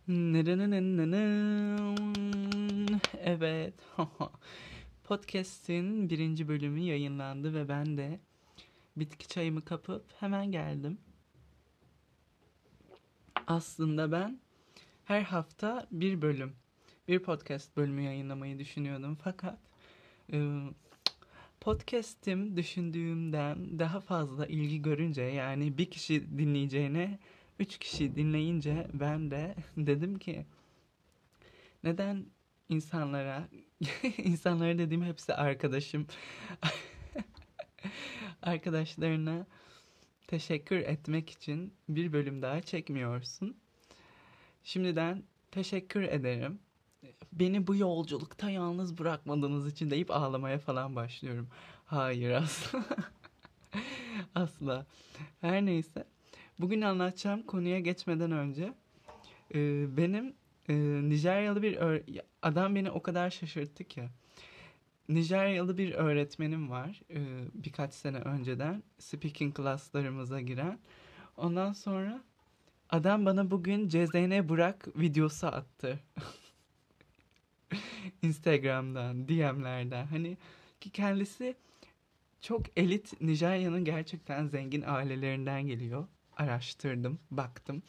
Evet. Podcast'in birinci bölümü yayınlandı ve ben de bitki çayımı kapıp hemen geldim. Aslında ben her hafta bir podcast bölümü yayınlamayı düşünüyordum. Fakat e, podcast'im düşündüğümden daha fazla ilgi görünce, yani bir kişi dinleyeceğine 3 kişi dinleyince ben de dedim ki neden insanlara insanlara dediğim hepsi arkadaşım arkadaşlarına teşekkür etmek için bir bölüm daha çekmiyorsun? Şimdiden teşekkür ederim. Beni bu yolculukta yalnız bırakmadığınız için deyip ağlamaya falan başlıyorum. Hayır, asla. Asla. Her neyse. Bugün anlatacağım konuya geçmeden önce benim Nijeryalı adam beni o kadar şaşırttı ki. Nijeryalı bir öğretmenim var, birkaç sene önceden speaking class'larımıza giren. Ondan sonra adam bana bugün CZN Burak videosu attı. Instagram'dan, DM'lerden. Hani ki kendisi çok elit Nijerya'nın gerçekten zengin ailelerinden geliyor. Araştırdım, baktım.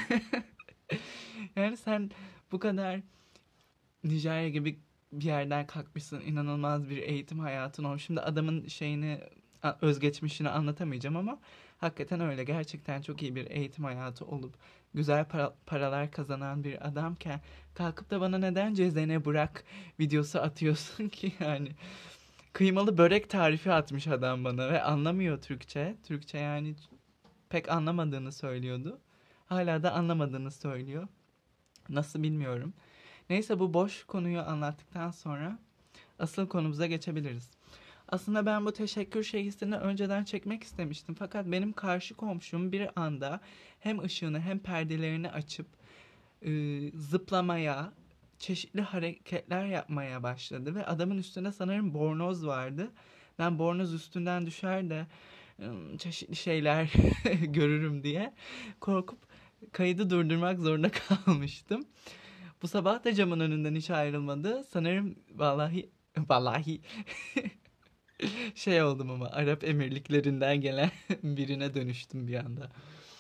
Yani sen bu kadar Nijerya gibi bir yerden kalkmışsın, inanılmaz bir eğitim hayatın olmuş. Şimdi adamın özgeçmişini anlatamayacağım ama hakikaten öyle. Gerçekten çok iyi bir eğitim hayatı olup güzel paralar kazanan bir adamken kalkıp da bana neden CZN Burak videosu atıyorsun ki yani? Kıymalı börek tarifi atmış adam bana ve anlamıyor Türkçe. Türkçe yani pek anlamadığını söylüyordu. Hala da anlamadığını söylüyor. Nasıl bilmiyorum. Neyse, bu boş konuyu anlattıktan sonra asıl konumuza geçebiliriz. Aslında ben bu teşekkür şeysini önceden çekmek istemiştim. Fakat benim karşı komşum bir anda hem ışığını hem perdelerini açıp zıplamaya, çeşitli hareketler yapmaya başladı. Ve adamın üstünde sanırım bornoz vardı. Ben bornoz üstünden düşer de çeşitli şeyler görürüm diye korkup kaydı durdurmak zorunda kalmıştım. Bu sabah da camın önünden hiç ayrılmadı. Sanırım vallahi şey oldum ama Arap Emirliklerinden gelen birine dönüştüm bir anda.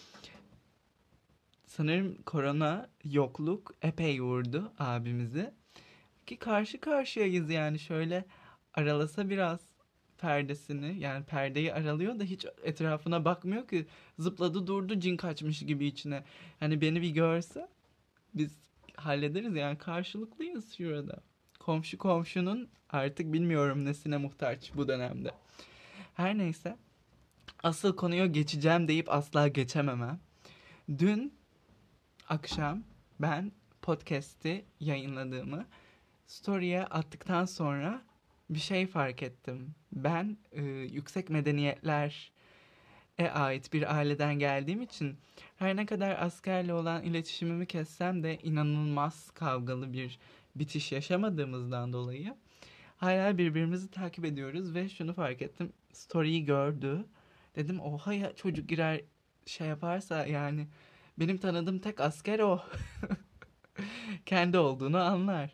Sanırım korona, yokluk epey vurdu abimizi. Ki karşı karşıyayız, yani şöyle aralasa biraz perdesini, yani perdeyi aralıyor da hiç etrafına bakmıyor ki, zıpladı durdu cin kaçmış gibi içine. Hani beni bir görse biz hallederiz, yani karşılıklıyız şurada. Komşu komşunun artık bilmiyorum nesine muhtaç bu dönemde. Her neyse, asıl konuya geçeceğim deyip asla geçememem. Dün akşam ben podcast'i yayınladığımı story'e attıktan sonra bir şey fark ettim. Ben yüksek medeniyetler ait bir aileden geldiğim için her ne kadar askerle olan iletişimimi kessem de inanılmaz kavgalı bir bitiş yaşamadığımızdan dolayı hala birbirimizi takip ediyoruz ve şunu fark ettim. Story'yi gördü. Dedim oha ya, çocuk girer şey yaparsa yani benim tanıdığım tek asker o. Kendi olduğunu anlar.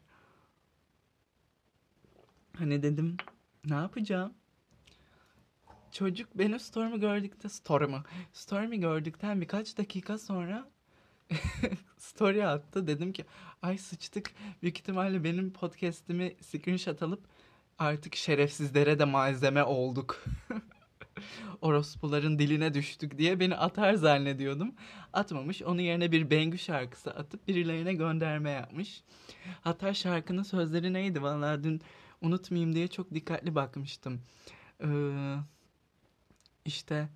Hani dedim ne yapacağım? Çocuk benim story'mi gördükten birkaç dakika sonra story attı. Dedim ki ay sıçtık, büyük ihtimalle benim podcast'imi screenshot alıp artık şerefsizlere de malzeme olduk. Orospuların diline düştük diye beni atar zannediyordum. Atmamış. Onun yerine bir Bengü şarkısı atıp birilerine gönderme yapmış. Hatta şarkının sözleri neydi? Vallahi dün unutmayayım diye çok dikkatli bakmıştım. Ee, işte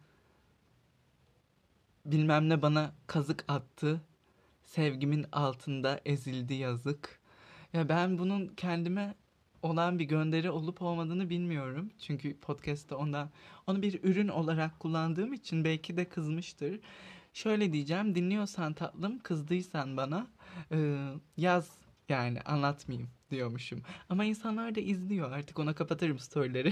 bilmem ne bana kazık attı. Sevgimin altında ezildi yazık. Ya ben bunun kendime olan bir gönderi olup olmadığını bilmiyorum. Çünkü podcast'te onu bir ürün olarak kullandığım için belki de kızmıştır. Şöyle diyeceğim, dinliyorsan tatlım, kızdıysan bana yaz, yani anlatmayayım diyormuşum. Ama insanlar da izliyor, artık ona kapatırım storyleri.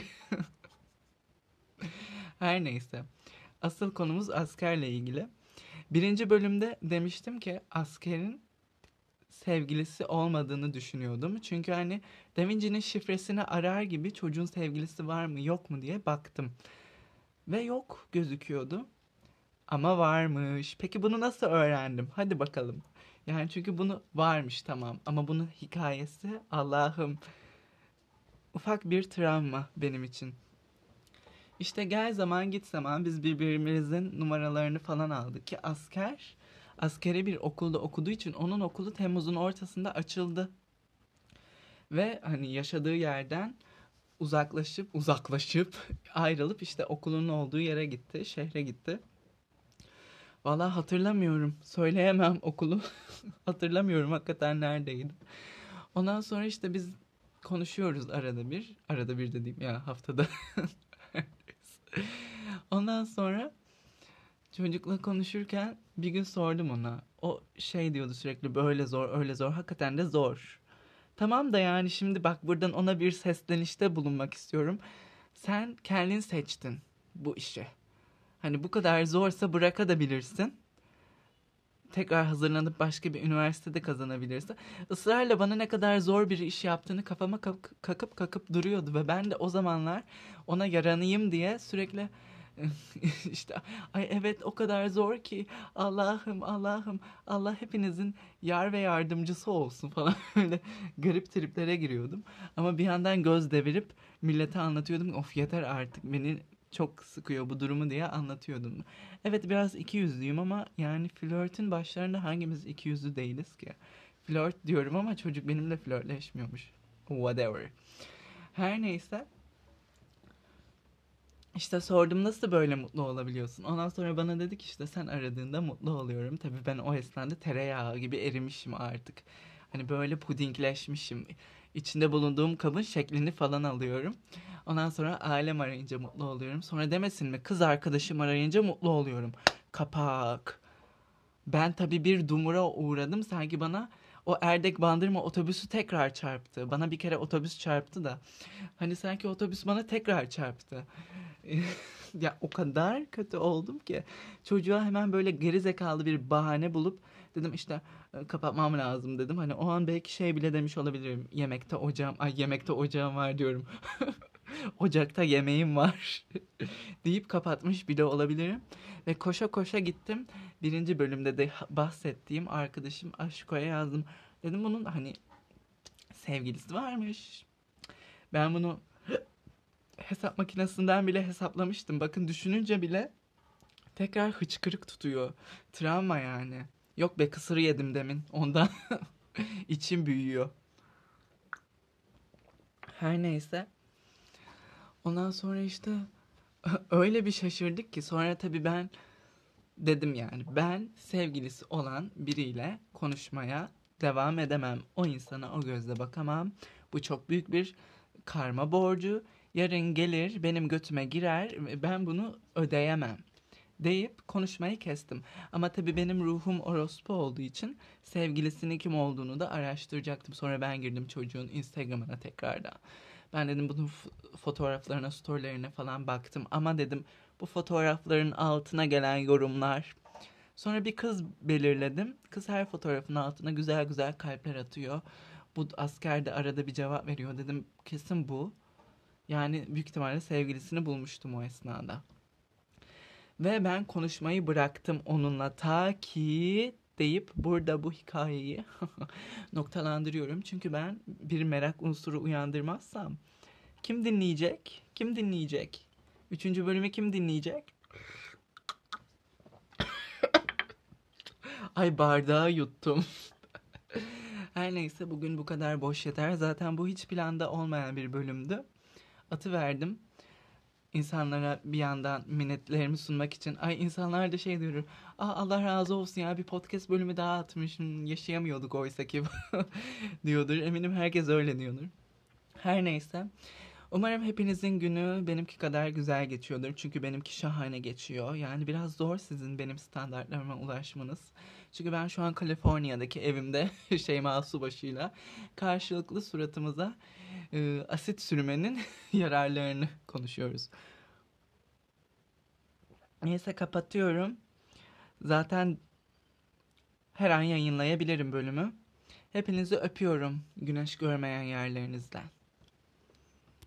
Her neyse. Asıl konumuz askerle ilgili. Birinci bölümde demiştim ki askerin sevgilisi olmadığını düşünüyordum. Çünkü hani Da Vinci'nin şifresini arar gibi çocuğun sevgilisi var mı yok mu diye baktım. Ve yok gözüküyordu. Ama varmış. Peki bunu nasıl öğrendim? Hadi bakalım. Yani çünkü bunu varmış tamam. Ama bunun hikayesi Allah'ım ufak bir travma benim için. İşte gel zaman git zaman biz birbirimizin numaralarını falan aldık ki askeri bir okulda okuduğu için onun okulu Temmuz'un ortasında açıldı. Ve hani yaşadığı yerden uzaklaşıp ayrılıp işte okulun olduğu yere gitti, şehre gitti. Vallahi hatırlamıyorum. Söyleyemem okulu. Hatırlamıyorum hakikaten neredeydi. Ondan sonra işte biz konuşuyoruz arada bir. Arada bir dediğim ya haftada. Ondan sonra çocukla konuşurken bir gün sordum ona. O şey diyordu sürekli böyle zor öyle zor. Hakikaten de zor. Tamam da yani şimdi bak buradan ona bir seslenişte bulunmak istiyorum. Sen kendin seçtin bu işi. Hani bu kadar zorsa bırakabilirsin. Tekrar hazırlanıp başka bir üniversitede kazanabilirsin. Israrla bana ne kadar zor bir iş yaptığını kafama kakıp duruyordu ve ben de o zamanlar ona yaranayım diye sürekli işte ay evet o kadar zor ki Allah'ım Allah'ım Allah hepinizin yar ve yardımcısı olsun falan öyle garip triplere giriyordum. Ama bir yandan göz devirip millete anlatıyordum. Of yeter artık beni çok sıkıyor bu durumu diye anlatıyordum. Evet biraz ikiyüzlüyüm ama yani flörtün başlarında hangimiz ikiyüzlü değiliz ki? Flört diyorum ama çocuk benimle flörtleşmiyormuş. Whatever. Her neyse işte sordum nasıl böyle mutlu olabiliyorsun? Ondan sonra bana dedi ki işte sen aradığında mutlu oluyorum. Tabii ben o esnada tereyağı gibi erimişim artık. Hani böyle pudingleşmişim. İçinde bulunduğum kabın şeklini falan alıyorum. Ondan sonra ailem arayınca mutlu oluyorum. Sonra demesin mi kız arkadaşım arayınca mutlu oluyorum. Kapak. Ben tabii bir dumura uğradım. Sanki bana o Erdek Bandırma otobüsü tekrar çarptı. Bana bir kere otobüs çarptı da. Hani sanki otobüs bana tekrar çarptı. Ya o kadar kötü oldum ki çocuğa hemen böyle geri zekalı bir bahane bulup dedim işte kapatmam lazım dedim. Hani o an belki şey bile demiş olabilirim. Yemekte ocağım var diyorum. Ocakta yemeğim var deyip kapatmış bile olabilirim. Ve koşa koşa gittim. Birinci bölümde de bahsettiğim arkadaşım Aşko'ya yazdım. Dedim bunun hani sevgilisi varmış. Ben bunu hesap makinesinden bile hesaplamıştım. Bakın düşününce bile tekrar hıçkırık tutuyor. Travma yani. Yok be kısırı yedim demin. Ondan içim büyüyor. Her neyse. Ondan sonra işte öyle bir şaşırdık ki sonra tabii ben dedim yani ben sevgilisi olan biriyle konuşmaya devam edemem. O insana o gözle bakamam. Bu çok büyük bir karma borcu. Yarın gelir benim götüme girer ve ben bunu ödeyemem deyip konuşmayı kestim. Ama tabii benim ruhum orospu olduğu için sevgilisinin kim olduğunu da araştıracaktım. Sonra ben girdim çocuğun Instagram'ına tekrardan. Ben dedim bunun fotoğraflarına, storylerine falan baktım. Ama dedim bu fotoğrafların altına gelen yorumlar. Sonra bir kız belirledim. Kız her fotoğrafın altına güzel güzel kalpler atıyor. Bu asker de arada bir cevap veriyor. Dedim kesin bu. Yani büyük ihtimalle sevgilisini bulmuştum o esnada. Ve ben konuşmayı bıraktım onunla ta ki deyip burada bu hikayeyi noktalandırıyorum. Çünkü ben bir merak unsuru uyandırmazsam kim dinleyecek? Kim dinleyecek? Üçüncü bölümü kim dinleyecek? Ay bardağı yuttum. Her neyse bugün bu kadar boş yeter. Zaten bu hiç planda olmayan bir bölümdü. Atıverdim. İnsanlara bir yandan minnetlerimi sunmak için. Ay insanlar da şey diyor. Aa, Allah razı olsun ya bir podcast bölümü daha atmışım. Yaşayamıyorduk oysa ki diyordur. Eminim herkes öyle diyordur. Her neyse. Umarım hepinizin günü benimki kadar güzel geçiyordur. Çünkü benimki şahane geçiyor. Yani biraz zor sizin benim standartlarıma ulaşmanız. Çünkü ben şu an Kaliforniya'daki evimde Şeyma Subaşı'yla karşılıklı suratımıza asit sürmenin yararlarını konuşuyoruz. Neyse kapatıyorum. Zaten her an yayınlayabilirim bölümü. Hepinizi öpüyorum güneş görmeyen yerlerinizden.